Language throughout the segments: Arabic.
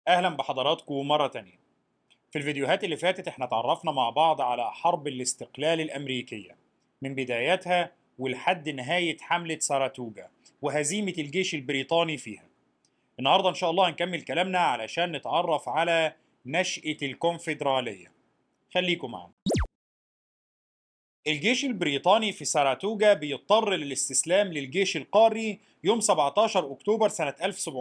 أهلا بحضراتكم مرة تانية. في الفيديوهات اللي فاتت احنا اتعرفنا مع بعض على حرب الاستقلال الأمريكية من بدايتها ولحد نهاية حملة ساراتوجا وهزيمة الجيش البريطاني فيها. النهاردة إن شاء الله هنكمل كلامنا علشان نتعرف على نشأة الكونفدرالية. خليكم معنا. الجيش البريطاني في ساراتوجا بيضطر للاستسلام للجيش القاري يوم 17 أكتوبر سنة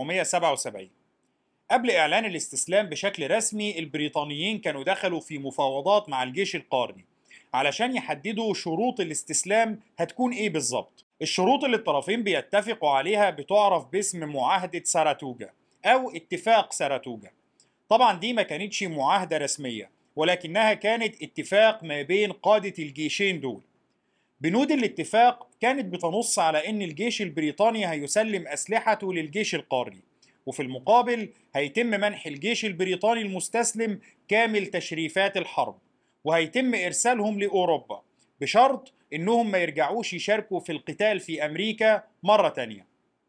1777. قبل إعلان الاستسلام بشكل رسمي البريطانيين كانوا دخلوا في مفاوضات مع الجيش القاري علشان يحددوا شروط الاستسلام هتكون إيه بالظبط. الشروط اللي الطرفين بيتفقوا عليها بتعرف باسم معاهدة ساراتوجا أو اتفاق ساراتوجا. طبعا دي ما كانتش معاهدة رسمية ولكنها كانت اتفاق ما بين قادة الجيشين دول. بنود الاتفاق كانت بتنص على أن الجيش البريطاني هيسلم أسلحته للجيش القاري، وفي المقابل هيتم منح الجيش البريطاني المستسلم كامل تشريفات الحرب، وهيتم إرسالهم لأوروبا بشرط إنهم ما يرجعوش يشاركوا في القتال في أمريكا مرة تانية.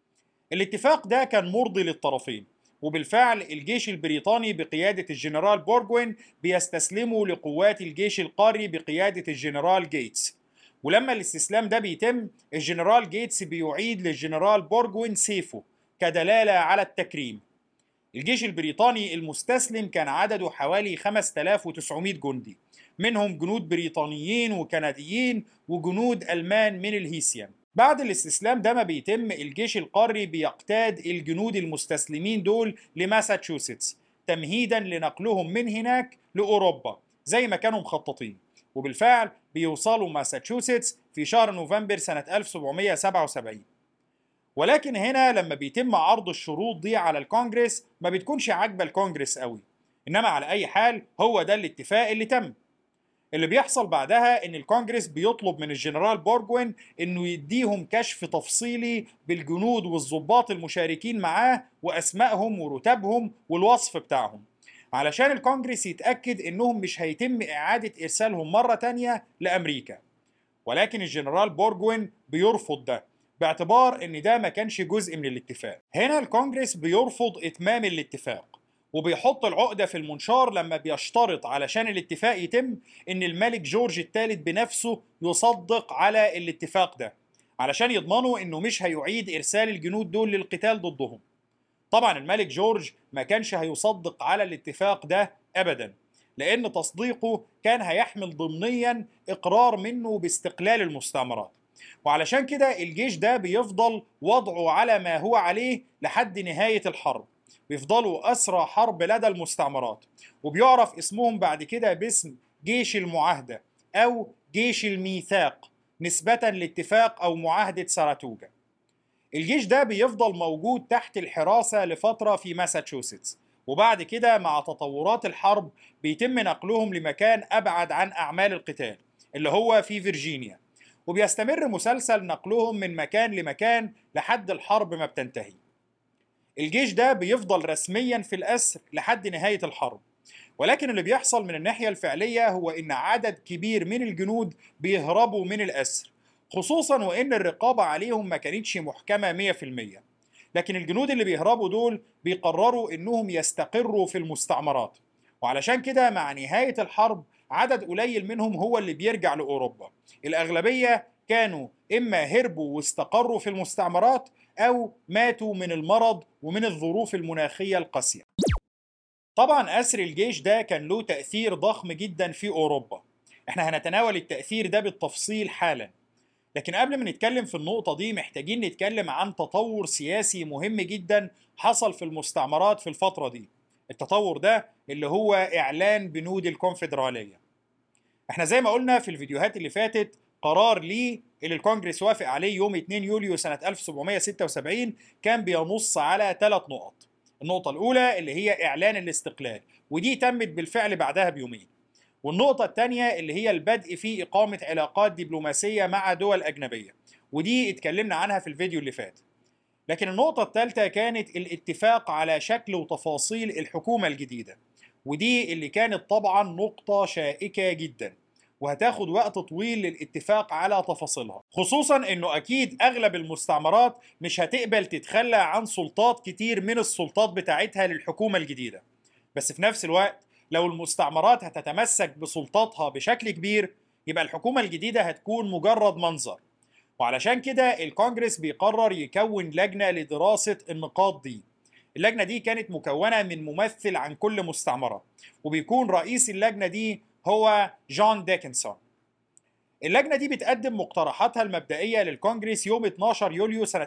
الاتفاق ده كان مرضي للطرفين، وبالفعل الجيش البريطاني بقيادة الجنرال بورغوين بيستسلموا لقوات الجيش القاري بقيادة الجنرال جيتس. ولما الاستسلام ده بيتم الجنرال جيتس بيعيد للجنرال بورغوين سيفه كدلالة على التكريم. الجيش البريطاني المستسلم كان عدده حوالي 5900 جندي، منهم جنود بريطانيين وكنديين وجنود ألمان من الهيسيان. بعد الاستسلام ده ما بيتم الجيش القاري بيقتاد الجنود المستسلمين دول لماساتشوستس تمهيدا لنقلهم من هناك لأوروبا زي ما كانوا مخططين، وبالفعل بيوصلوا ماساتشوستس في شهر نوفمبر سنة 1777. ولكن هنا لما بيتم عرض الشروط دي على الكونجرس ما بتكونش عاجبة الكونجرس قوي، إنما على أي حال هو ده الاتفاق اللي تم. اللي بيحصل بعدها ان الكونجرس بيطلب من الجنرال بورجوين انه يديهم كشف تفصيلي بالجنود والضباط المشاركين معاه واسمائهم ورتبهم والوصف بتاعهم، علشان الكونجرس يتأكد انهم مش هيتم اعادة ارسالهم مرة تانية لامريكا. ولكن الجنرال بورجوين بيرفض ده باعتبار ان ده ما كانش جزء من الاتفاق. هنا الكونجرس بيرفض اتمام الاتفاق وبيحط العقدة في المنشار لما بيشترط علشان الاتفاق يتم ان الملك جورج الثالث بنفسه يصدق على الاتفاق ده علشان يضمنوا انه مش هيعيد ارسال الجنود دول للقتال ضدهم. طبعا الملك جورج ما كانش هيصدق على الاتفاق ده ابدا، لان تصديقه كان هيحمل ضمنيا اقرار منه باستقلال المستعمرات، وعلشان كده الجيش ده بيفضل وضعه على ما هو عليه لحد نهاية الحرب. بيفضلوا أسرى حرب لدى المستعمرات، وبيعرف اسمهم بعد كده باسم جيش المعاهدة أو جيش الميثاق نسبة لاتفاق أو معاهدة ساراتوجا. الجيش ده بيفضل موجود تحت الحراسة لفترة في ماساتشوستس، وبعد كده مع تطورات الحرب بيتم نقلهم لمكان أبعد عن أعمال القتال اللي هو في فيرجينيا، وبيستمر مسلسل نقلهم من مكان لمكان لحد الحرب ما بتنتهي. الجيش ده بيفضل رسميا في الأسر لحد نهاية الحرب، ولكن اللي بيحصل من الناحية الفعلية هو إن عدد كبير من الجنود بيهربوا من الأسر، خصوصا وإن الرقابة عليهم ما كانتش محكمة 100%. لكن الجنود اللي بيهربوا دول بيقرروا إنهم يستقروا في المستعمرات، وعلشان كده مع نهاية الحرب عدد قليل منهم هو اللي بيرجع لأوروبا. الأغلبية كانوا إما هربوا واستقروا في المستعمرات أو ماتوا من المرض ومن الظروف المناخية القاسية. طبعا أسر الجيش ده كان له تأثير ضخم جدا في أوروبا. احنا هنتناول التأثير ده بالتفصيل حالا، لكن قبل ما نتكلم في النقطة دي محتاجين نتكلم عن تطور سياسي مهم جدا حصل في المستعمرات في الفترة دي. التطور ده اللي هو إعلان بنود الكونفدرالية. احنا زي ما قلنا في الفيديوهات اللي فاتت قرار ليه اللي الكونجرس وافق عليه يوم 2 يوليو سنة 1776 كان بينص على 3 نقط. النقطة الأولى اللي هي إعلان الاستقلال، ودي تمت بالفعل بعدها بيومين. والنقطة الثانية اللي هي البدء في إقامة علاقات دبلوماسية مع دول أجنبية، ودي اتكلمنا عنها في الفيديو اللي فات. لكن النقطة الثالثة كانت الاتفاق على شكل وتفاصيل الحكومة الجديدة، ودي اللي كانت طبعا نقطة شائكة جدا، وهتاخد وقت طويل للاتفاق على تفاصيلها، خصوصا انه اكيد اغلب المستعمرات مش هتقبل تتخلى عن سلطات كتير من السلطات بتاعتها للحكومة الجديدة. بس في نفس الوقت لو المستعمرات هتتمسك بسلطاتها بشكل كبير يبقى الحكومة الجديدة هتكون مجرد منظر. وعلشان كده الكونجرس بيقرر يكون لجنة لدراسة النقاط دي. اللجنة دي كانت مكونة من ممثل عن كل مستعمرة، وبيكون رئيس اللجنة دي هو جون ديكنسون. اللجنة دي بتقدم مقترحاتها المبدئية للكونجرس يوم 12 يوليو سنة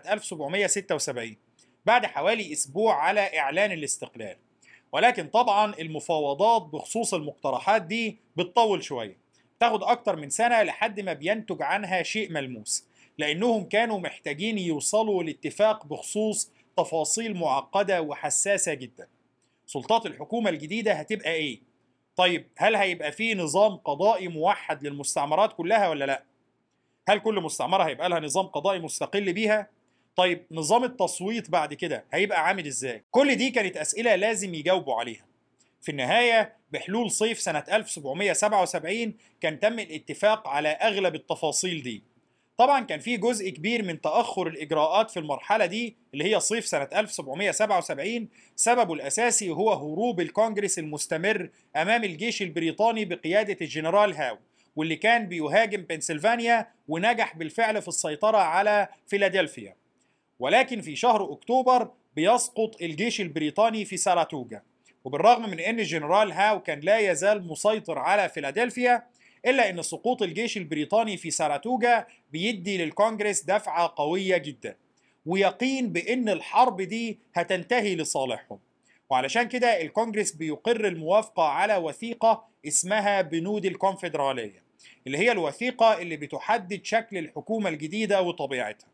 1776 بعد حوالي أسبوع على إعلان الاستقلال. ولكن طبعا المفاوضات بخصوص المقترحات دي بتطول شوية، تاخد أكتر من سنة لحد ما بينتج عنها شيء ملموس، لأنهم كانوا محتاجين يوصلوا لاتفاق بخصوص تفاصيل معقدة وحساسة جدا. سلطات الحكومة الجديدة هتبقى إيه؟ طيب هل هيبقى فيه نظام قضائي موحد للمستعمرات كلها ولا لأ؟ هل كل مستعمرة هيبقى لها نظام قضائي مستقل بيها؟ طيب نظام التصويت بعد كده هيبقى عامل ازاي؟ كل دي كانت أسئلة لازم يجاوبوا عليها. في النهاية بحلول صيف سنة 1777 كان تم الاتفاق على أغلب التفاصيل دي. طبعا كان في جزء كبير من تأخر الإجراءات في المرحلة دي اللي هي صيف سنة 1777 سببه الأساسي هو هروب الكونجرس المستمر أمام الجيش البريطاني بقيادة الجنرال هاو، واللي كان بيهاجم بنسلفانيا ونجح بالفعل في السيطرة على فيلادلفيا. ولكن في شهر أكتوبر بيسقط الجيش البريطاني في ساراتوجا، وبالرغم من أن الجنرال هاو كان لا يزال مسيطر على فيلادلفيا إلا أن سقوط الجيش البريطاني في ساراتوجا بيدي للكونجرس دفعة قوية جدا ويقين بأن الحرب دي هتنتهي لصالحهم. وعلشان كده الكونجرس بيقر الموافقة على وثيقة اسمها بنود الكونفدرالية، اللي هي الوثيقة اللي بتحدد شكل الحكومة الجديدة وطبيعتها.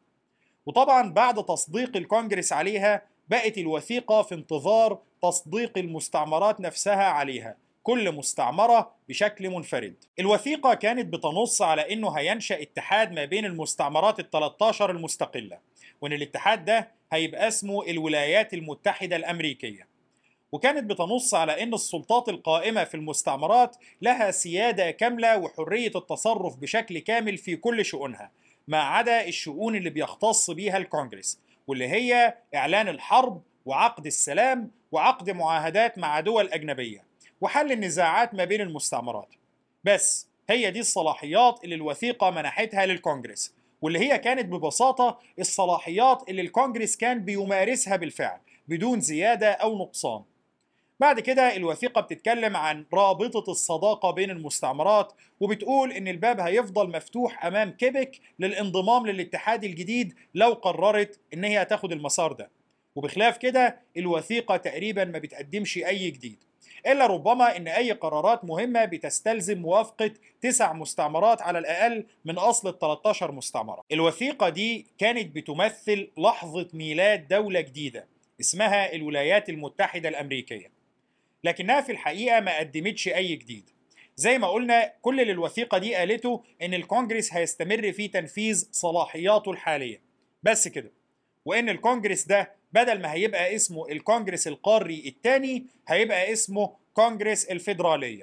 وطبعا بعد تصديق الكونجرس عليها بقت الوثيقة في انتظار تصديق المستعمرات نفسها عليها، كل مستعمرة بشكل منفرد. الوثيقة كانت بتنص على انه هينشأ اتحاد ما بين المستعمرات ال13 المستقلة، وان الاتحاد ده هيبقى اسمه الولايات المتحدة الأمريكية. وكانت بتنص على ان السلطات القائمة في المستعمرات لها سيادة كاملة وحرية التصرف بشكل كامل في كل شؤونها، ما عدا الشؤون اللي بيختص بيها الكونجرس، واللي هي إعلان الحرب وعقد السلام وعقد معاهدات مع دول أجنبية وحل النزاعات ما بين المستعمرات. بس هي دي الصلاحيات اللي الوثيقة منحتها للكونجرس، واللي هي كانت ببساطة الصلاحيات اللي الكونجرس كان بيمارسها بالفعل بدون زيادة أو نقصان. بعد كده الوثيقة بتتكلم عن رابطة الصداقة بين المستعمرات، وبتقول إن الباب هيفضل مفتوح أمام كيبك للانضمام للاتحاد الجديد لو قررت إن هي هتاخد المسار ده. وبخلاف كده الوثيقة تقريبا ما بتقدمش أي جديد، إلا ربما إن أي قرارات مهمة بتستلزم موافقة 9 مستعمرات على الأقل من أصل ال 13 مستعمرة. الوثيقة دي كانت بتمثل لحظة ميلاد دولة جديدة اسمها الولايات المتحدة الأمريكية، لكنها في الحقيقة ما قدمتش أي جديد. زي ما قلنا كل اللي الوثيقة دي قالته إن الكونجرس هيستمر في تنفيذ صلاحياته الحالية بس كده، وإن الكونجرس ده بدل ما هيبقى اسمه الكونجرس القاري الثاني هيبقى اسمه كونجرس الفيدرالية.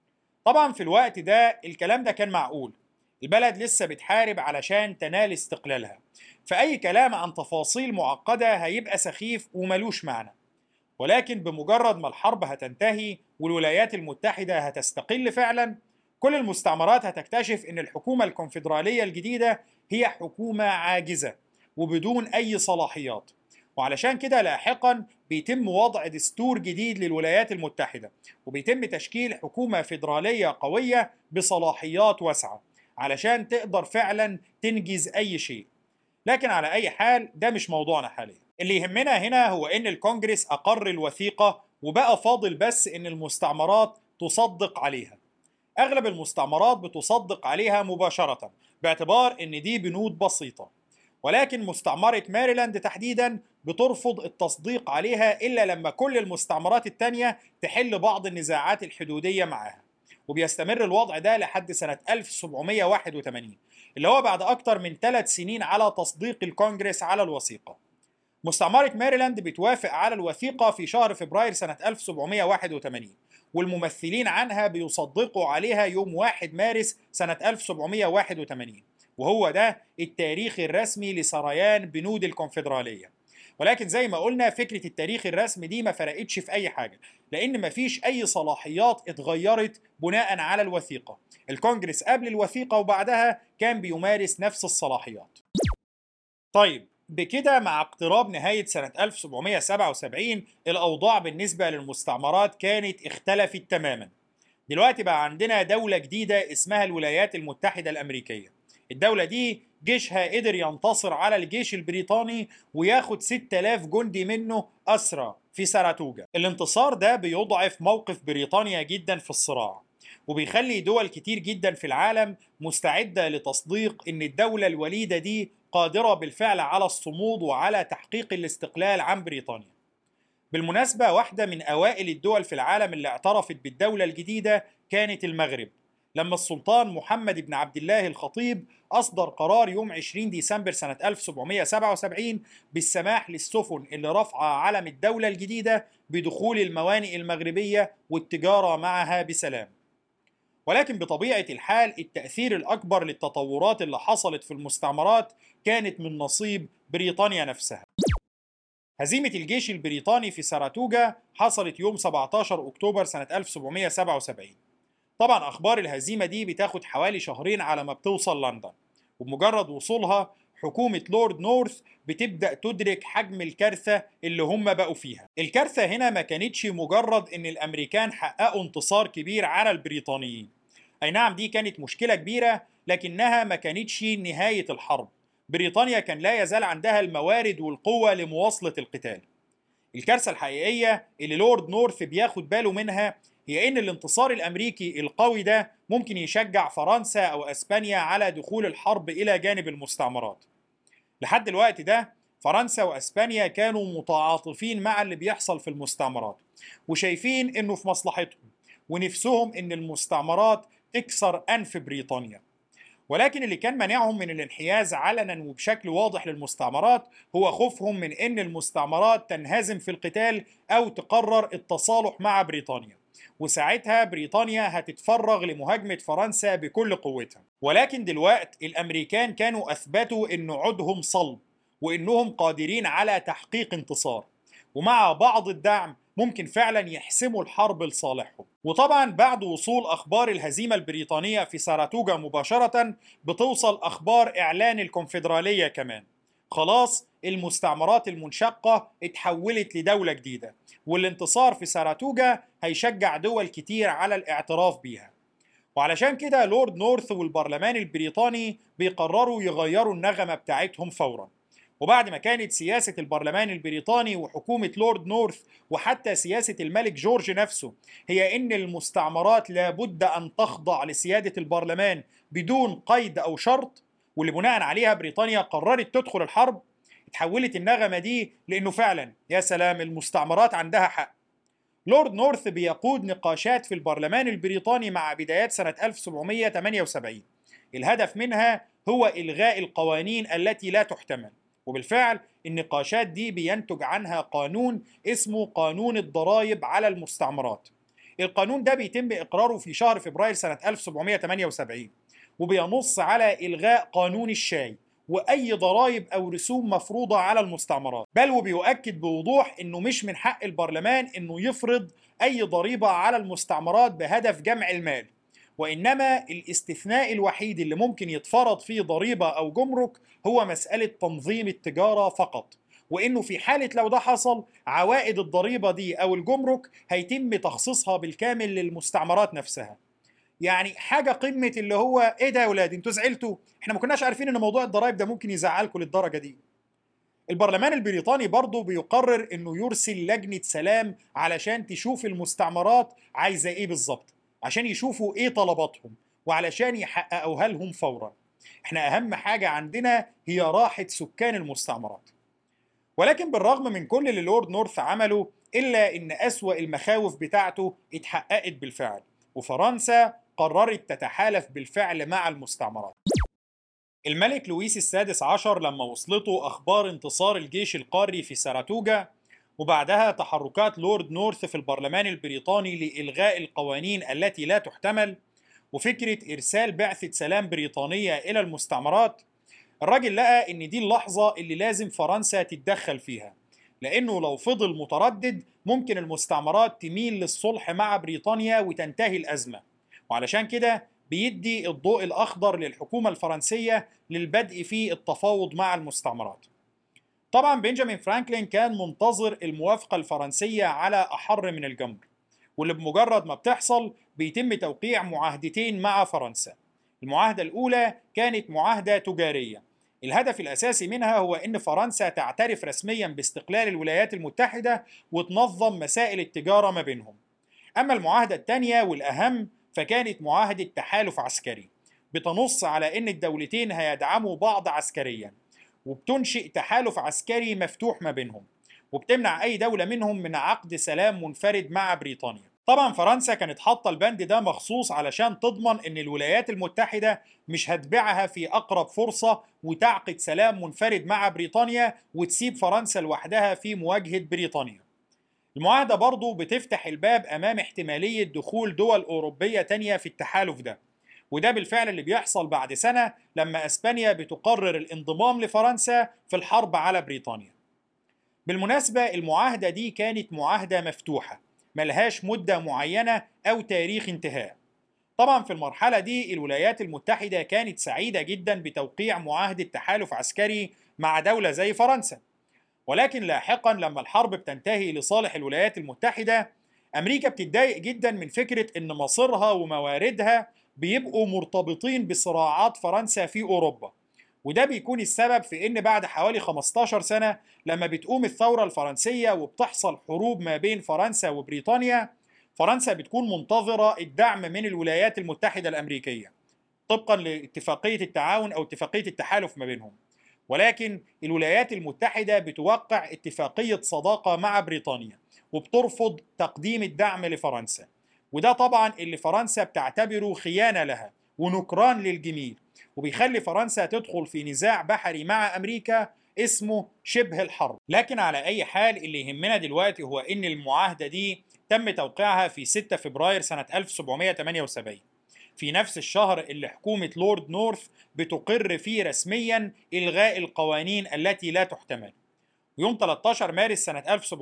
طبعا في الوقت ده الكلام ده كان معقول، البلد لسه بتحارب علشان تنال استقلالها، فأي كلام عن تفاصيل معقدة هيبقى سخيف وملوش معنى. ولكن بمجرد ما الحرب هتنتهي والولايات المتحدة هتستقل فعلا، كل المستعمرات هتكتشف ان الحكومة الكونفدرالية الجديدة هي حكومة عاجزة وبدون اي صلاحيات. وعلشان كده لاحقا بيتم وضع دستور جديد للولايات المتحدة، وبيتم تشكيل حكومة فيدرالية قوية بصلاحيات واسعة علشان تقدر فعلا تنجز اي شيء. لكن على أي حال ده مش موضوعنا حاليا. اللي يهمنا هنا هو إن الكونجرس أقر الوثيقة وبقى فاضل بس إن المستعمرات تصدق عليها. أغلب المستعمرات بتصدق عليها مباشرة باعتبار إن دي بنود بسيطة، ولكن مستعمرة ماريلاند تحديدا بترفض التصديق عليها إلا لما كل المستعمرات التانية تحل بعض النزاعات الحدودية معاها. وبيستمر الوضع ده لحد سنة 1781 اللي هو بعد أكتر من 3 سنين على تصديق الكونجرس على الوثيقة. مستعمرة ماريلاند بتوافق على الوثيقة في شهر فبراير سنة 1781، والممثلين عنها بيصدقوا عليها يوم 1 مارس سنة 1781، وهو ده التاريخ الرسمي لسريان بنود الكونفدرالية. ولكن زي ما قلنا فكرة التاريخ الرسمي دي ما فرقتش في أي حاجة، لأن مفيش أي صلاحيات اتغيرت بناء على الوثيقة. الكونجرس قبل الوثيقة وبعدها كان بيمارس نفس الصلاحيات. طيب بكده مع اقتراب نهاية سنة 1777 الأوضاع بالنسبة للمستعمرات كانت اختلفت تماما. دلوقتي بقى عندنا دولة جديدة اسمها الولايات المتحدة الأمريكية. الدولة دي جيشها قدر ينتصر على الجيش البريطاني وياخد 6000 جندي منه أسرى في ساراتوجا. الانتصار ده بيضعف موقف بريطانيا جدا في الصراع، وبيخلي دول كتير جدا في العالم مستعدة لتصديق إن الدولة الوليدة دي قادرة بالفعل على الصمود وعلى تحقيق الاستقلال عن بريطانيا. بالمناسبة واحدة من أوائل الدول في العالم اللي اعترفت بالدولة الجديدة كانت المغرب، لما السلطان محمد بن عبد الله الخطيب أصدر قرار يوم 20 ديسمبر سنة 1777 بالسماح للسفن اللي رافعة علم الدولة الجديدة بدخول الموانئ المغربية والتجارة معها بسلام. ولكن بطبيعة الحال التأثير الأكبر للتطورات اللي حصلت في المستعمرات كانت من نصيب بريطانيا نفسها. هزيمة الجيش البريطاني في ساراتوجا حصلت يوم 17 أكتوبر سنة 1777. طبعا أخبار الهزيمة دي بتاخد حوالي شهرين على ما بتوصل لندن، وبمجرد وصولها حكومة لورد نورث بتبدأ تدرك حجم الكارثة اللي هم بقوا فيها. الكارثة هنا ما كانتش مجرد إن الأمريكان حققوا انتصار كبير على البريطانيين. أي نعم دي كانت مشكلة كبيرة، لكنها ما كانتش نهاية الحرب. بريطانيا كان لا يزال عندها الموارد والقوة لمواصلة القتال. الكارثة الحقيقية اللي لورد نورث بياخد باله منها هي إن الانتصار الأمريكي القوي ده ممكن يشجع فرنسا أو أسبانيا على دخول الحرب إلى جانب المستعمرات. لحد الوقت ده فرنسا وأسبانيا كانوا متعاطفين مع اللي بيحصل في المستعمرات، وشايفين إنه في مصلحتهم، ونفسهم إن المستعمرات تكسر أنف بريطانيا. ولكن اللي كان مانعهم من الانحياز علنا وبشكل واضح للمستعمرات هو خوفهم من ان المستعمرات تنهزم في القتال او تقرر التصالح مع بريطانيا، وساعتها بريطانيا هتتفرغ لمهاجمة فرنسا بكل قوتها. ولكن دلوقتي الامريكان كانوا اثبتوا ان عودهم صلب، وانهم قادرين على تحقيق انتصار، ومع بعض الدعم ممكن فعلا يحسموا الحرب لصالحهم. وطبعا بعد وصول أخبار الهزيمة البريطانية في ساراتوجا مباشرة بتوصل أخبار إعلان الكونفدرالية كمان. خلاص المستعمرات المنشقة اتحولت لدولة جديدة، والانتصار في ساراتوجا هيشجع دول كتير على الاعتراف بيها. وعلشان كده لورد نورث والبرلمان البريطاني بيقرروا يغيروا النغمة بتاعتهم فوراً. وبعد ما كانت سياسة البرلمان البريطاني وحكومة لورد نورث وحتى سياسة الملك جورج نفسه هي إن المستعمرات لابد أن تخضع لسيادة البرلمان بدون قيد أو شرط، واللي بناء عليها بريطانيا قررت تدخل الحرب، اتحولت النغمة دي لأنه فعلا يا سلام المستعمرات عندها حق. لورد نورث بيقود نقاشات في البرلمان البريطاني مع بدايات سنة 1778. الهدف منها هو إلغاء القوانين التي لا تحتمل، وبالفعل النقاشات دي بينتج عنها قانون اسمه قانون الضرائب على المستعمرات. القانون ده بيتم إقراره في شهر فبراير سنة 1778، وبينص على إلغاء قانون الشاي وأي ضرائب أو رسوم مفروضة على المستعمرات، بل وبيؤكد بوضوح أنه مش من حق البرلمان أنه يفرض أي ضريبة على المستعمرات بهدف جمع المال، وإنما الاستثناء الوحيد اللي ممكن يتفرض فيه ضريبة أو جمرك هو مسألة تنظيم التجارة فقط، وإنه في حالة لو ده حصل عوائد الضريبة دي أو الجمرك هيتم تخصيصها بالكامل للمستعمرات نفسها. يعني حاجة قمة اللي هو إيه ده يا ولاد أنتوا زعلتوا؟ إحنا ما كناش عارفين إن موضوع الضرائب ده ممكن يزعلكم للدرجة دي. البرلمان البريطاني برضه بيقرر إنه يرسل لجنة سلام علشان تشوف المستعمرات عايزة إيه بالظبط، عشان يشوفوا إيه طلباتهم وعلشان يحققوها لهم فورا. إحنا أهم حاجة عندنا هي راحة سكان المستعمرات. ولكن بالرغم من كل اللي لورد نورث عمله إلا إن أسوأ المخاوف بتاعته اتحققت بالفعل، وفرنسا قررت تتحالف بالفعل مع المستعمرات. الملك لويس السادس عشر لما وصلته أخبار انتصار الجيش القاري في ساراتوجا وبعدها تحركات لورد نورث في البرلمان البريطاني لإلغاء القوانين التي لا تحتمل، وفكرة إرسال بعثة سلام بريطانية إلى المستعمرات. الراجل لقى إن دي اللحظة اللي لازم فرنسا تتدخل فيها، لأنه لو فضل متردد ممكن المستعمرات تميل للصلح مع بريطانيا وتنتهي الأزمة، وعلشان كده بيدي الضوء الأخضر للحكومة الفرنسية للبدء في التفاوض مع المستعمرات. طبعا بنجامين فرانكلين كان منتظر الموافقة الفرنسية على أحر من الجمر، واللي بمجرد ما بتحصل بيتم توقيع معاهدتين مع فرنسا. المعاهدة الأولى كانت معاهدة تجارية، الهدف الأساسي منها هو أن فرنسا تعترف رسميا باستقلال الولايات المتحدة وتنظم مسائل التجارة ما بينهم. أما المعاهدة الثانية والأهم فكانت معاهدة تحالف عسكري، بتنص على أن الدولتين هيدعموا بعض عسكريا، وبتنشئ تحالف عسكري مفتوح ما بينهم، وبتمنع أي دولة منهم من عقد سلام منفرد مع بريطانيا. طبعا فرنسا كانت حاطة البند ده مخصوص علشان تضمن أن الولايات المتحدة مش هتبيعها في أقرب فرصة وتعقد سلام منفرد مع بريطانيا وتسيب فرنسا لوحدها في مواجهة بريطانيا. المعاهدة برضو بتفتح الباب أمام احتمالية دخول دول أوروبية تانية في التحالف ده، وده بالفعل اللي بيحصل بعد سنة لما أسبانيا بتقرر الانضمام لفرنسا في الحرب على بريطانيا. بالمناسبة المعاهدة دي كانت معاهدة مفتوحة ملهاش مدة معينة أو تاريخ انتهاء. طبعا في المرحلة دي الولايات المتحدة كانت سعيدة جدا بتوقيع معاهدة تحالف عسكري مع دولة زي فرنسا، ولكن لاحقا لما الحرب بتنتهي لصالح الولايات المتحدة، أمريكا بتتضايق جدا من فكرة إن مصيرها ومواردها بيبقوا مرتبطين بصراعات فرنسا في أوروبا. وده بيكون السبب في إن بعد حوالي 15 سنة لما بتقوم الثورة الفرنسية وبتحصل حروب ما بين فرنسا وبريطانيا، فرنسا بتكون منتظرة الدعم من الولايات المتحدة الأمريكية طبقا لاتفاقية التعاون أو اتفاقية التحالف ما بينهم، ولكن الولايات المتحدة بتوقع اتفاقية صداقة مع بريطانيا وبترفض تقديم الدعم لفرنسا. وده طبعا اللي فرنسا بتعتبره خيانة لها ونكران للجميل، وبيخلي فرنسا تدخل في نزاع بحري مع أمريكا اسمه شبه الحرب. لكن على أي حال اللي يهمنا دلوقتي هو إن المعاهدة دي تم توقيعها في 6 فبراير سنة 1778، في نفس الشهر اللي حكومة لورد نورث بتقر فيه رسميا إلغاء القوانين التي لا تحتمل. ويوم 13 مارس سنة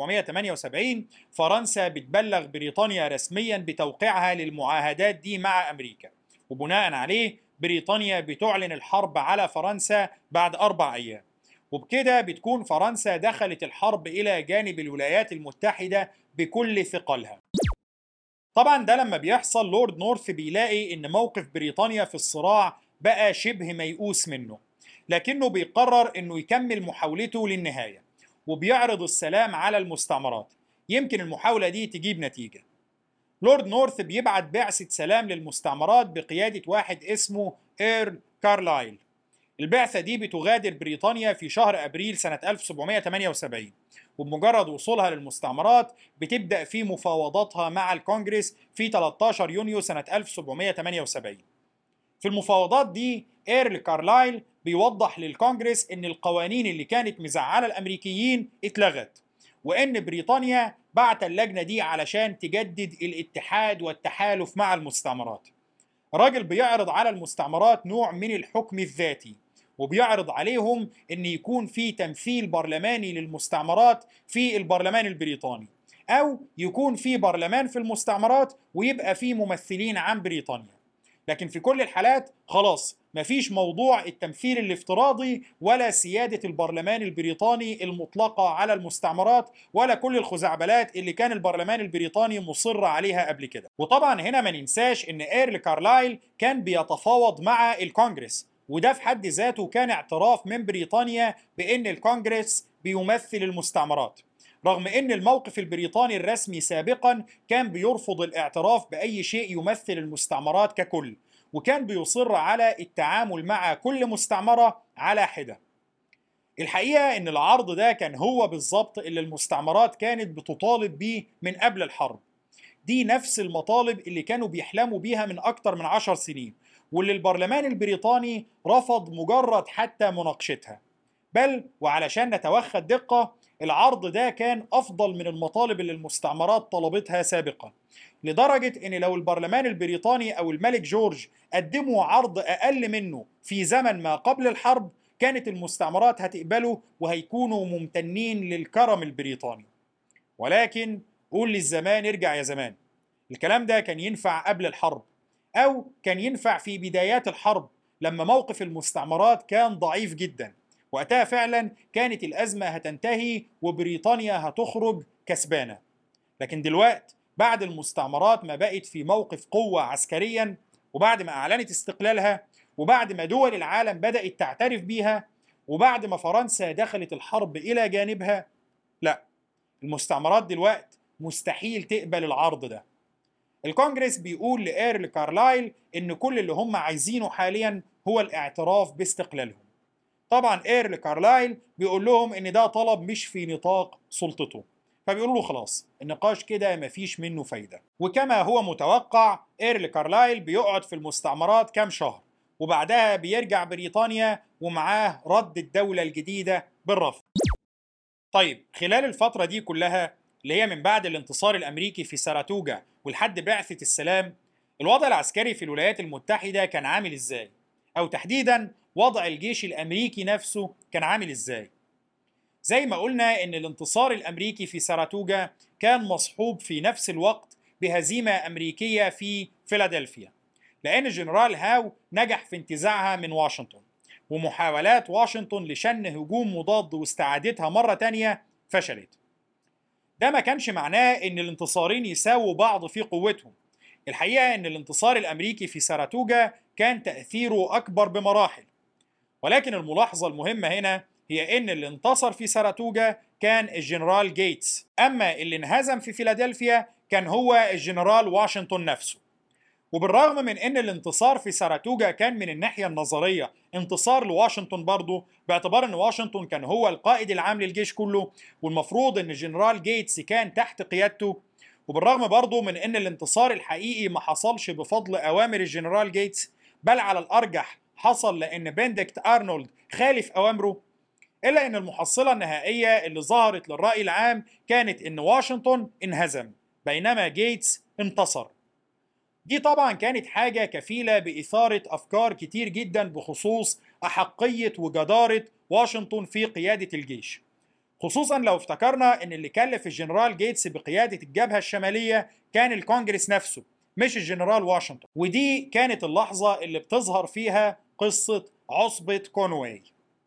1778 فرنسا بتبلغ بريطانيا رسميا بتوقيعها للمعاهدات دي مع أمريكا، وبناء عليه بريطانيا بتعلن الحرب على فرنسا بعد 4 أيام، وبكده بتكون فرنسا دخلت الحرب إلى جانب الولايات المتحدة بكل ثقلها. طبعا ده لما بيحصل لورد نورث بيلاقي ان موقف بريطانيا في الصراع بقى شبه ميؤوس منه، لكنه بيقرر انه يكمل محاولته للنهاية وبيعرض السلام على المستعمرات، يمكن المحاولة دي تجيب نتيجة. لورد نورث بيبعت بعثة سلام للمستعمرات بقيادة واحد اسمه إيرل كارلايل. البعثة دي بتغادر بريطانيا في شهر أبريل سنة 1778، وبمجرد وصولها للمستعمرات بتبدأ في مفاوضاتها مع الكونجرس في 13 يونيو سنة 1778. في المفاوضات دي إيرل كارلايل بيوضح للكونجرس إن القوانين اللي كانت مزعلة الأمريكيين اتلغت، وإن بريطانيا بعت اللجنة دي علشان تجدد الاتحاد والتحالف مع المستعمرات. الراجل بيعرض على المستعمرات نوع من الحكم الذاتي، وبيعرض عليهم ان يكون في تمثيل برلماني للمستعمرات في البرلمان البريطاني، او يكون في برلمان في المستعمرات ويبقى في ممثلين عن بريطانيا. لكن في كل الحالات خلاص مفيش موضوع التمثيل الافتراضي ولا سيادة البرلمان البريطاني المطلقة على المستعمرات ولا كل الخزعبلات اللي كان البرلمان البريطاني مصر عليها قبل كده. وطبعا هنا ما ننساش ان إيرل كارلايل كان بيتفاوض مع الكونجرس، وده في حد ذاته كان اعتراف من بريطانيا بان الكونجرس بيمثل المستعمرات، رغم ان الموقف البريطاني الرسمي سابقا كان بيرفض الاعتراف باي شيء يمثل المستعمرات ككل، وكان بيصر على التعامل مع كل مستعمرة على حدة. الحقيقة ان العرض ده كان هو بالظبط اللي المستعمرات كانت بتطالب بيه من قبل الحرب. دي نفس المطالب اللي كانوا بيحلموا بيها من اكتر من 10 سنين، واللي البرلمان البريطاني رفض مجرد حتى مناقشتها. بل وعلشان نتوخى الدقة، العرض ده كان أفضل من المطالب اللي المستعمرات طلبتها سابقا، لدرجة إن لو البرلمان البريطاني أو الملك جورج قدموا عرض أقل منه في زمن ما قبل الحرب كانت المستعمرات هتقبله وهيكونوا ممتنين للكرم البريطاني. ولكن قول للزمان ارجع يا زمان، الكلام ده كان ينفع قبل الحرب أو كان ينفع في بدايات الحرب لما موقف المستعمرات كان ضعيف جدا. وقتها فعلا كانت الأزمة هتنتهي وبريطانيا هتخرج كسبانة. لكن دلوقتي بعد المستعمرات ما بقت في موقف قوة عسكريا، وبعد ما أعلنت استقلالها، وبعد ما دول العالم بدأت تعترف بيها، وبعد ما فرنسا دخلت الحرب إلى جانبها، لا، المستعمرات دلوقتي مستحيل تقبل العرض ده. الكونجرس بيقول لإيرل كارلايل إن كل اللي هم عايزينه حاليا هو الاعتراف باستقلالهم. طبعا إيرل كارلايل بيقول لهم إن ده طلب مش في نطاق سلطته، فبيقولوا له خلاص النقاش كده مفيش منه فايدة. وكما هو متوقع إيرل كارلايل بيقعد في المستعمرات كام شهر، وبعدها بيرجع بريطانيا ومعاه رد الدولة الجديدة بالرفض. طيب خلال الفترة دي كلها اللي هي من بعد الانتصار الأمريكي في ساراتوجا ولحد بعثة السلام، الوضع العسكري في الولايات المتحدة كان عامل إزاي؟ أو تحديداً وضع الجيش الأمريكي نفسه كان عامل إزاي؟ زي ما قلنا إن الانتصار الأمريكي في ساراتوجا كان مصحوب في نفس الوقت بهزيمة أمريكية في فيلادلفيا، لأن الجنرال هاو نجح في انتزاعها من واشنطن، ومحاولات واشنطن لشن هجوم مضاد واستعادتها مرة تانية فشلت. ده ما كانش معناه إن الانتصارين يساووا بعض في قوتهم. الحقيقة إن الانتصار الأمريكي في ساراتوجا كان تأثيره أكبر بمراحل، ولكن الملاحظة المهمة هنا هي إن اللي انتصر في ساراتوجا كان الجنرال جيتس، أما اللي انهزم في فيلادلفيا كان هو الجنرال واشنطن نفسه. وبالرغم من ان الانتصار في ساراتوجا كان من الناحية النظرية انتصار لواشنطن برضه، باعتبار ان واشنطن كان هو القائد العام للجيش كله والمفروض ان الجنرال جيتس كان تحت قيادته، وبالرغم برضه من ان الانتصار الحقيقي ما حصلش بفضل اوامر الجنرال جيتس، بل على الارجح حصل لان بنديكت ارنولد خالف اوامره، الا ان المحصلة النهائية اللي ظهرت للرأي العام كانت ان واشنطن انهزم بينما جيتس انتصر. دي طبعا كانت حاجة كفيلة بإثارة أفكار كتير جدا بخصوص أحقية وجدارة واشنطن في قيادة الجيش، خصوصا لو افتكرنا أن اللي كلف الجنرال جيتس بقيادة الجبهة الشمالية كان الكونجرس نفسه مش الجنرال واشنطن. ودي كانت اللحظة اللي بتظهر فيها قصة عصبة كونواي.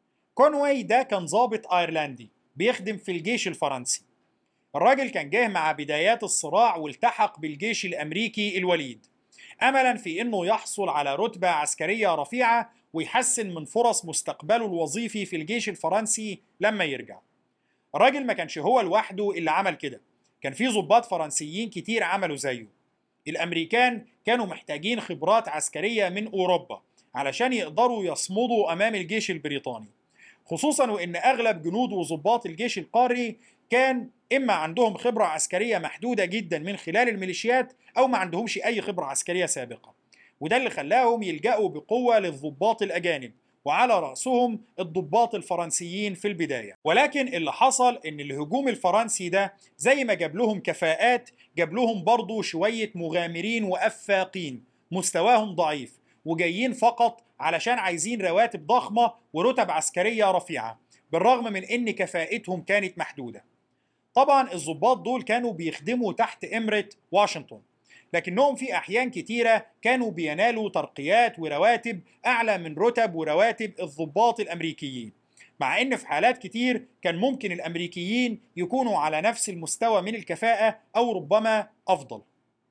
كونواي ده كان ضابط أيرلندي بيخدم في الجيش الفرنسي. الراجل كان جه مع بدايات الصراع والتحق بالجيش الأمريكي الوليد، أملا في أنه يحصل على رتبة عسكرية رفيعة ويحسن من فرص مستقبله الوظيفي في الجيش الفرنسي لما يرجع. الراجل ما كانش هو لوحده اللي عمل كده، كان في ضباط فرنسيين كتير عملوا زيه. الأمريكان كانوا محتاجين خبرات عسكرية من أوروبا علشان يقدروا يصمدوا أمام الجيش البريطاني، خصوصا وإن أغلب جنود وضباط الجيش القاري كان إما عندهم خبرة عسكرية محدودة جدا من خلال الميليشيات أو ما عندهمش أي خبرة عسكرية سابقة، وده اللي خلاهم يلجأوا بقوة للضباط الأجانب وعلى رأسهم الضباط الفرنسيين في البداية. ولكن اللي حصل إن الهجوم الفرنسي ده زي ما جاب لهم كفاءات جاب لهم برضو شوية مغامرين وأفاقين مستواهم ضعيف وجايين فقط علشان عايزين رواتب ضخمة ورتب عسكرية رفيعة، بالرغم من إن كفاءتهم كانت محدودة. طبعا الضباط دول كانوا بيخدموا تحت إمرة واشنطن، لكنهم في أحيان كتيرة كانوا بينالوا ترقيات ورواتب أعلى من رتب ورواتب الضباط الأمريكيين، مع إن في حالات كتير كان ممكن الأمريكيين يكونوا على نفس المستوى من الكفاءة أو ربما أفضل.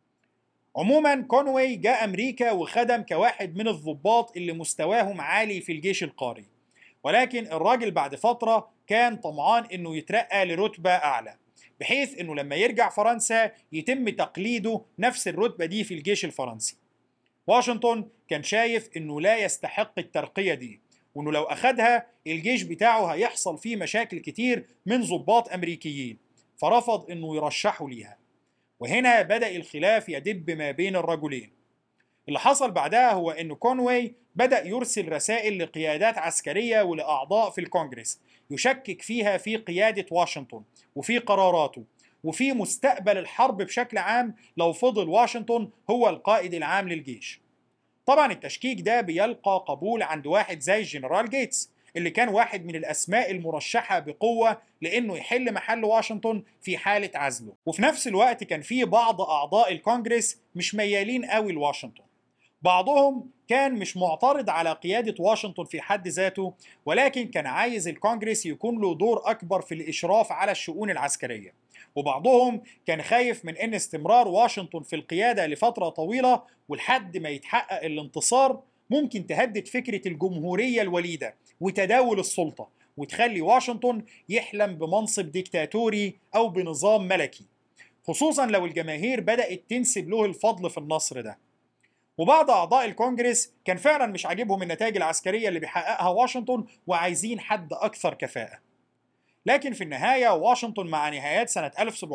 عموما كونواي جاء أمريكا وخدم كواحد من الضباط اللي مستواهم عالي في الجيش القاري، ولكن الراجل بعد فترة كان طمعان إنه يترقى لرتبة أعلى، بحيث إنه لما يرجع فرنسا يتم تقليده نفس الرتبة دي في الجيش الفرنسي. واشنطن كان شايف إنه لا يستحق الترقية دي، وإنه لو أخدها الجيش بتاعه هيحصل فيه مشاكل كتير من ضباط أمريكيين، فرفض إنه يرشحه ليها. وهنا بدأ الخلاف يدب ما بين الرجلين. اللي حصل بعدها هو إن كونواي بدأ يرسل رسائل لقيادات عسكرية ولأعضاء في الكونجرس يشكك فيها في قيادة واشنطن وفي قراراته وفي مستقبل الحرب بشكل عام لو فضل واشنطن هو القائد العام للجيش. طبعا التشكيك ده بيلقى قبول عند واحد زي الجنرال جيتس اللي كان واحد من الأسماء المرشحة بقوة لأنه يحل محل واشنطن في حالة عزله. وفي نفس الوقت كان في بعض أعضاء الكونجرس مش ميالين قوي لواشنطن. بعضهم كان مش معترض على قيادة واشنطن في حد ذاته، ولكن كان عايز الكونجرس يكون له دور أكبر في الإشراف على الشؤون العسكرية. وبعضهم كان خايف من أن استمرار واشنطن في القيادة لفترة طويلة ولحد ما يتحقق الانتصار ممكن تهدد فكرة الجمهورية الوليدة وتداول السلطة وتخلي واشنطن يحلم بمنصب ديكتاتوري أو بنظام ملكي، خصوصا لو الجماهير بدأت تنسب له الفضل في النصر ده. وبعض أعضاء الكونجرس كان فعلا مش عاجبهم النتائج العسكرية اللي بيحققها واشنطن وعايزين حد أكثر كفاءة. لكن في النهاية واشنطن مع نهايات سنة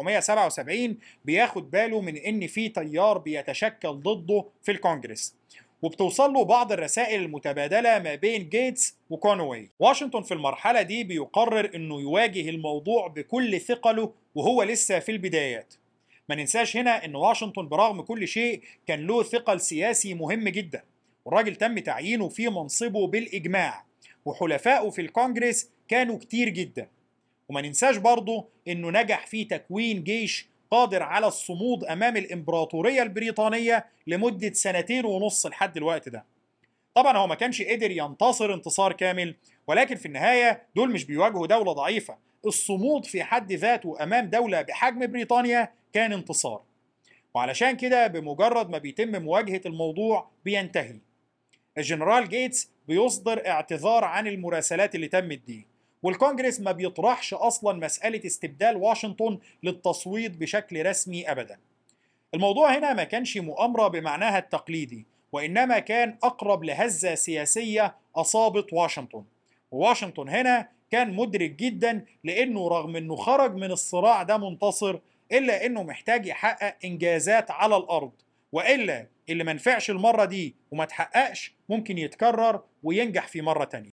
1777 بياخد باله من إن في تيار بيتشكل ضده في الكونجرس، وبتوصل له بعض الرسائل المتبادلة ما بين جيتس وكونوي. واشنطن في المرحلة دي بيقرر إنه يواجه الموضوع بكل ثقله وهو لسه في البدايات. ما ننساش هنا إن واشنطن برغم كل شيء كان له ثقل سياسي مهم جدا، والراجل تم تعيينه في منصبه بالإجماع، وحلفائه في الكونجرس كانوا كتير جدا. وما ننساش برضه إنه نجح في تكوين جيش قادر على الصمود أمام الإمبراطورية البريطانية لمدة 2.5 سنين لحد الوقت ده. طبعا هو ما كانش قدر ينتصر انتصار كامل، ولكن في النهاية دول مش بيواجهوا دولة ضعيفة. الصمود في حد ذاته أمام دولة بحجم بريطانيا كان انتصار، وعلشان كده بمجرد ما بيتم مواجهة الموضوع بينتهي. الجنرال جيتس بيصدر اعتذار عن المراسلات اللي تمت دي، والكونجرس ما بيطرحش أصلا مسألة استبدال واشنطن للتصويت بشكل رسمي أبدا. الموضوع هنا ما كانش مؤامرة بمعناها التقليدي، وإنما كان أقرب لهزة سياسية أصابت واشنطن. وواشنطن هنا كان مدرك جدا لأنه رغم أنه خرج من الصراع ده منتصر إلا أنه محتاج يحقق إنجازات على الأرض، وإلا اللي ما نفعش المرة دي وما تحققش ممكن يتكرر وينجح في مرة تانية.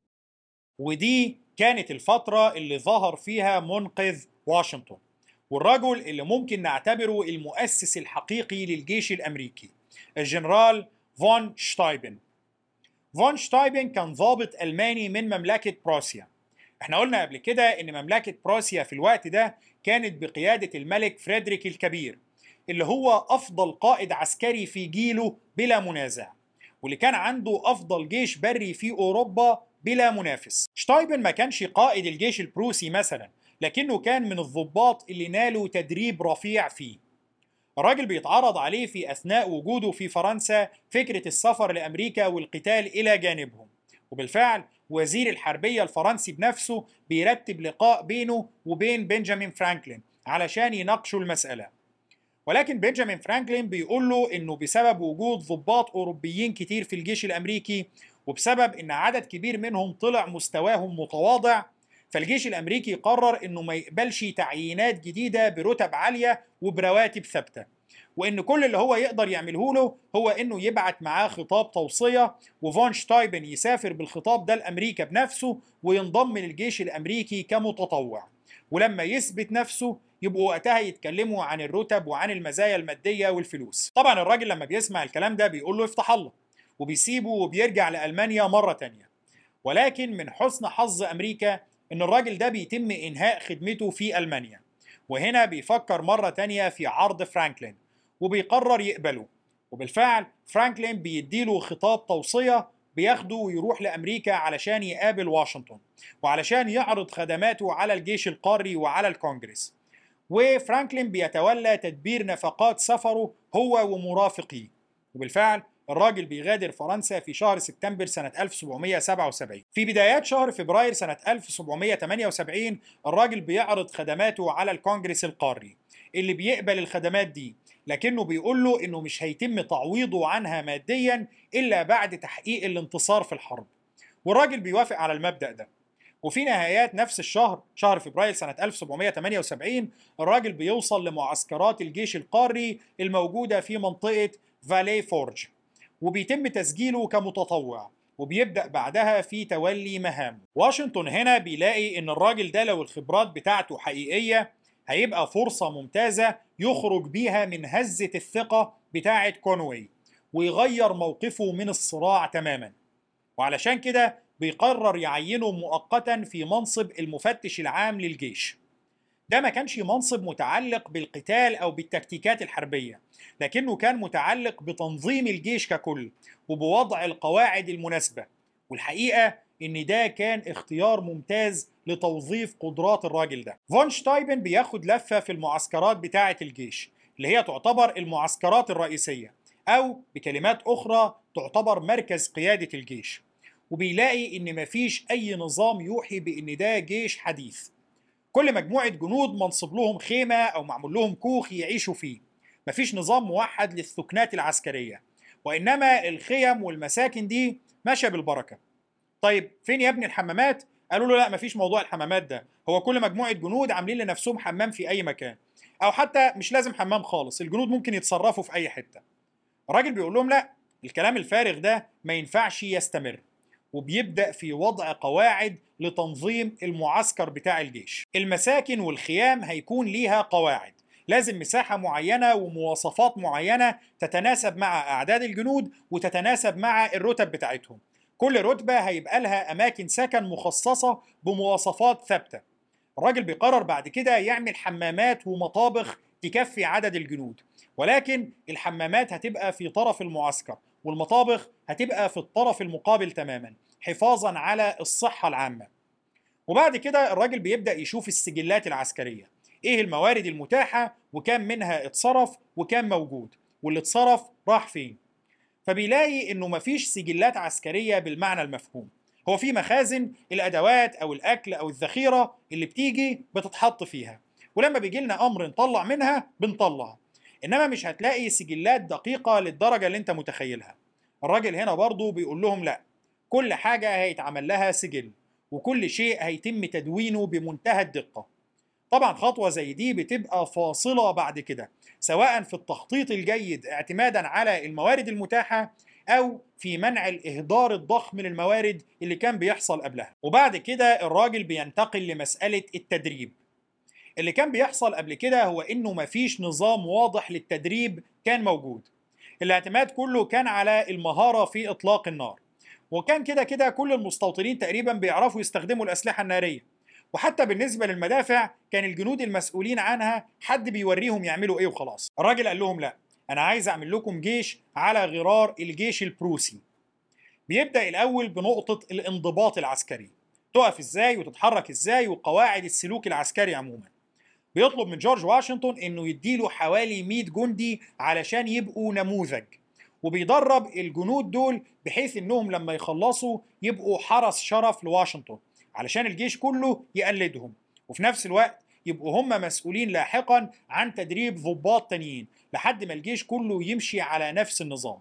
ودي كانت الفترة اللي ظهر فيها منقذ واشنطن، والرجل اللي ممكن نعتبره المؤسس الحقيقي للجيش الأمريكي، الجنرال فون شتايبن. فون شتايبن كان ضابط ألماني من مملكة بروسيا. احنا قلنا قبل كده ان مملكة بروسيا في الوقت ده كانت بقيادة الملك فريدريك الكبير، اللي هو أفضل قائد عسكري في جيله بلا منازع، واللي كان عنده أفضل جيش بري في أوروبا بلا منافس. شتايبن ما كانش قائد الجيش البروسي مثلا، لكنه كان من الضباط اللي نالوا تدريب رفيع فيه. الراجل بيتعرض عليه في أثناء وجوده في فرنسا فكرة السفر لأمريكا والقتال إلى جانبهم، وبالفعل وزير الحربية الفرنسي بنفسه بيرتب لقاء بينه وبين بنجامين فرانكلين علشان يناقشوا المسألة. ولكن بنجامين فرانكلين بيقول له إنه بسبب وجود ضباط أوروبيين كتير في الجيش الأمريكي، وبسبب إن عدد كبير منهم طلع مستواهم متواضع، فالجيش الأمريكي قرر إنه ما يقبلش تعيينات جديدة برتب عالية وبرواتب ثابتة، وإن كل اللي هو يقدر يعمله له هو إنه يبعت معاه خطاب توصية، وفون شتايبن يسافر بالخطاب ده لأمريكا بنفسه وينضم للجيش الأمريكي كمتطوع، ولما يثبت نفسه يبقوا وقتها يتكلموا عن الرتب وعن المزايا المادية والفلوس. طبعا الراجل لما بيسمع الكلام ده بيقول له افتح الله، وبيسيبه وبيرجع لألمانيا مرة تانية. ولكن من حسن حظ أمريكا إن الراجل ده بيتم إنهاء خدمته في ألمانيا، وهنا بيفكر مرة تانية في عرض فرانكلين وبيقرر يقبله. وبالفعل فرانكلين بيديله خطاب توصية بياخده ويروح لأمريكا علشان يقابل واشنطن وعلشان يعرض خدماته على الجيش القاري وعلى الكونجرس. وفرانكلين بيتولى تدبير نفقات سفره هو ومرافقيه. وبالفعل الراجل بيغادر فرنسا في شهر سبتمبر سنة 1777. في بدايات شهر فبراير سنة 1778 الراجل بيعرض خدماته على الكونجرس القاري اللي بيقبل الخدمات دي، لكنه بيقول له انه مش هيتم تعويضه عنها ماديا الا بعد تحقيق الانتصار في الحرب، والراجل بيوافق على المبدأ ده. وفي نهايات نفس الشهر، شهر فبراير سنة 1778، الراجل بيوصل لمعسكرات الجيش القاري الموجودة في منطقة فالي فورج، وبيتم تسجيله كمتطوع، وبيبدأ بعدها في تولي مهامه. واشنطن هنا بيلاقي إن الراجل ده لو الخبرات بتاعته حقيقية هيبقى فرصة ممتازة يخرج بيها من هزة الثقة بتاعة كونوي ويغير موقفه من الصراع تماما. وعلشان كده بيقرر يعينه مؤقتا في منصب المفتش العام للجيش. ده ما كانش منصب متعلق بالقتال أو بالتكتيكات الحربية، لكنه كان متعلق بتنظيم الجيش ككل وبوضع القواعد المناسبة. والحقيقة إن ده كان اختيار ممتاز لتوظيف قدرات الراجل ده. فون شتايبن بياخد لفة في المعسكرات بتاعة الجيش اللي هي تعتبر المعسكرات الرئيسية، أو بكلمات أخرى تعتبر مركز قيادة الجيش، وبيلاقي إن مفيش أي نظام يوحي بإن ده جيش حديث. كل مجموعة جنود منصوب لهم خيمة أو معمول لهم كوخ يعيشوا فيه. مفيش نظام موحد للسكنات العسكرية، وإنما الخيم والمساكن دي ماشية بالبركة. طيب فين يا ابني الحمامات؟ قالوا له لا مفيش موضوع الحمامات ده، هو كل مجموعة جنود عاملين لنفسهم حمام في أي مكان، أو حتى مش لازم حمام خالص، الجنود ممكن يتصرفوا في أي حتة. الراجل بيقول لهم لا، الكلام الفارغ ده ما ينفعش يستمر، وبيبدأ في وضع قواعد لتنظيم المعسكر بتاع الجيش. المساكن والخيام هيكون ليها قواعد، لازم مساحة معينة ومواصفات معينة تتناسب مع أعداد الجنود وتتناسب مع الرتب بتاعتهم. كل رتبة هيبقى لها أماكن سكن مخصصة بمواصفات ثابتة. الراجل بيقرر بعد كده يعمل حمامات ومطابخ تكفي عدد الجنود، ولكن الحمامات هتبقى في طرف المعسكر والمطابخ هتبقى في الطرف المقابل تماما حفاظا على الصحة العامة. وبعد كده الراجل بيبدأ يشوف السجلات العسكرية، ايه الموارد المتاحة وكم منها اتصرف وكم موجود، واللي اتصرف راح فين. فبيلاقي انه مفيش سجلات عسكرية بالمعنى المفهوم. هو في مخازن الادوات او الاكل او الذخيرة اللي بتيجي بتتحط فيها، ولما بيجي لنا امر نطلع منها بنطلع، انما مش هتلاقي سجلات دقيقة للدرجة اللي انت متخيلها. الراجل هنا برضو بيقول لهم لا، كل حاجة هيتعمل لها سجل، وكل شيء هيتم تدوينه بمنتهى الدقة. طبعا خطوة زي دي بتبقى فاصلة بعد كده، سواء في التخطيط الجيد اعتمادا على الموارد المتاحة أو في منع الإهدار الضخم من الموارد اللي كان بيحصل قبلها. وبعد كده الراجل بينتقل لمسألة التدريب. اللي كان بيحصل قبل كده هو إنه مفيش نظام واضح للتدريب كان موجود. الاعتماد كله كان على المهارة في إطلاق النار، وكان كده كده كل المستوطنين تقريبا بيعرفوا يستخدموا الأسلحة النارية. وحتى بالنسبة للمدافع كان الجنود المسؤولين عنها حد بيوريهم يعملوا ايه وخلاص. الراجل قال لهم لا، انا عايز اعمل لكم جيش على غرار الجيش البروسي. بيبدأ الاول بنقطة الانضباط العسكري، تقف ازاي وتتحرك ازاي وقواعد السلوك العسكري عموما. بيطلب من جورج واشنطن انه يديله حوالي 100 جندي علشان يبقوا نموذج، وبيدرب الجنود دول بحيث انهم لما يخلصوا يبقوا حرس شرف لواشنطن علشان الجيش كله يقلدهم، وفي نفس الوقت يبقوا هم مسؤولين لاحقا عن تدريب ضباط تانيين لحد ما الجيش كله يمشي على نفس النظام.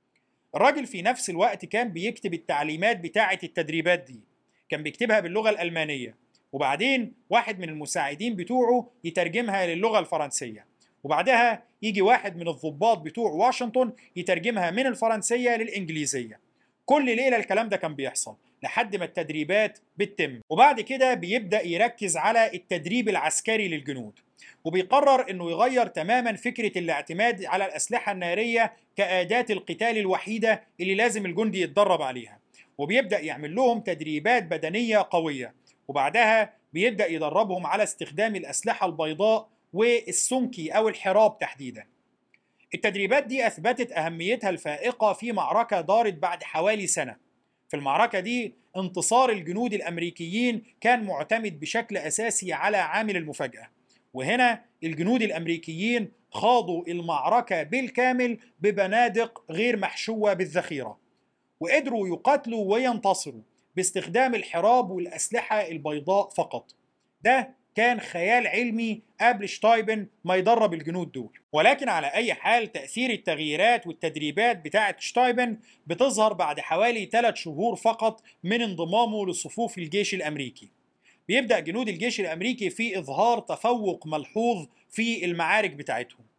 الراجل في نفس الوقت كان بيكتب التعليمات بتاعة التدريبات دي، كان بيكتبها باللغة الألمانية، وبعدين واحد من المساعدين بتوعه يترجمها للغة الفرنسية، وبعدها يجي واحد من الضباط بتوع واشنطن يترجمها من الفرنسية للإنجليزية. كل ليلة الكلام ده كان بيحصل لحد ما التدريبات بتتم. وبعد كده بيبدأ يركز على التدريب العسكري للجنود، وبيقرر انه يغير تماما فكرة الاعتماد على الأسلحة النارية كأداة القتال الوحيدة اللي لازم الجندي يتدرب عليها، وبيبدأ يعمل لهم تدريبات بدنية قوية، وبعدها بيبدأ يدربهم على استخدام الأسلحة البيضاء والسنكي أو الحراب تحديدا. التدريبات دي أثبتت أهميتها الفائقة في معركة دارت بعد حوالي سنة. في المعركة دي انتصار الجنود الأمريكيين كان معتمد بشكل أساسي على عامل المفاجأة، وهنا الجنود الأمريكيين خاضوا المعركة بالكامل ببنادق غير محشوة بالذخيرة، وقدروا يقاتلوا وينتصروا باستخدام الحراب والأسلحة البيضاء فقط. ده كان خيال علمي قبل شتايبن ما يدرب الجنود دول. ولكن على أي حال تأثير التغييرات والتدريبات بتاعة شتايبن بتظهر بعد حوالي 3 شهور فقط من انضمامه لصفوف الجيش الأمريكي. بيبدأ جنود الجيش الأمريكي في إظهار تفوق ملحوظ في المعارك بتاعتهم.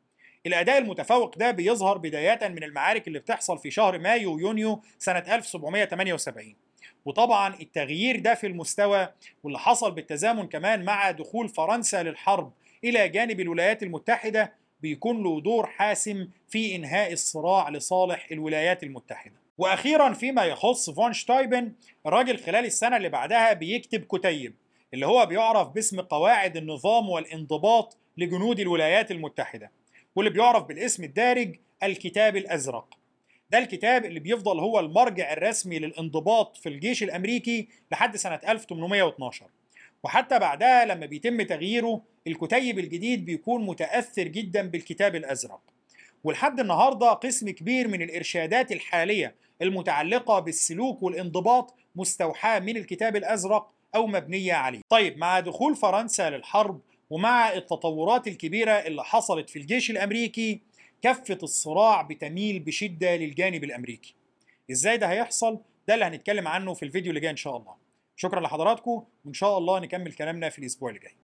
الأداء المتفوق ده بيظهر بداية من المعارك اللي بتحصل في شهر مايو ويونيو سنة 1778. وطبعا التغيير ده في المستوى واللي حصل بالتزامن كمان مع دخول فرنسا للحرب إلى جانب الولايات المتحدة بيكون له دور حاسم في إنهاء الصراع لصالح الولايات المتحدة. وأخيرا فيما يخص فون شتايبن، الراجل خلال السنة اللي بعدها بيكتب كتيب اللي هو بيعرف باسم قواعد النظام والانضباط لجنود الولايات المتحدة، واللي بيعرف بالاسم الدارج الكتاب الأزرق. ده الكتاب اللي بيفضل هو المرجع الرسمي للانضباط في الجيش الأمريكي لحد سنة 1812. وحتى بعدها لما بيتم تغييره الكتيب الجديد بيكون متأثر جدا بالكتاب الأزرق. ولحد النهارده قسم كبير من الإرشادات الحالية المتعلقة بالسلوك والانضباط مستوحاة من الكتاب الأزرق أو مبنية عليه. طيب، مع دخول فرنسا للحرب ومع التطورات الكبيرة اللي حصلت في الجيش الأمريكي، كفة الصراع بتميل بشدة للجانب الأمريكي. إزاي ده هيحصل؟ ده اللي هنتكلم عنه في الفيديو اللي جاي إن شاء الله. شكرا لحضراتكم، وإن شاء الله نكمل كلامنا في الأسبوع اللي جاي.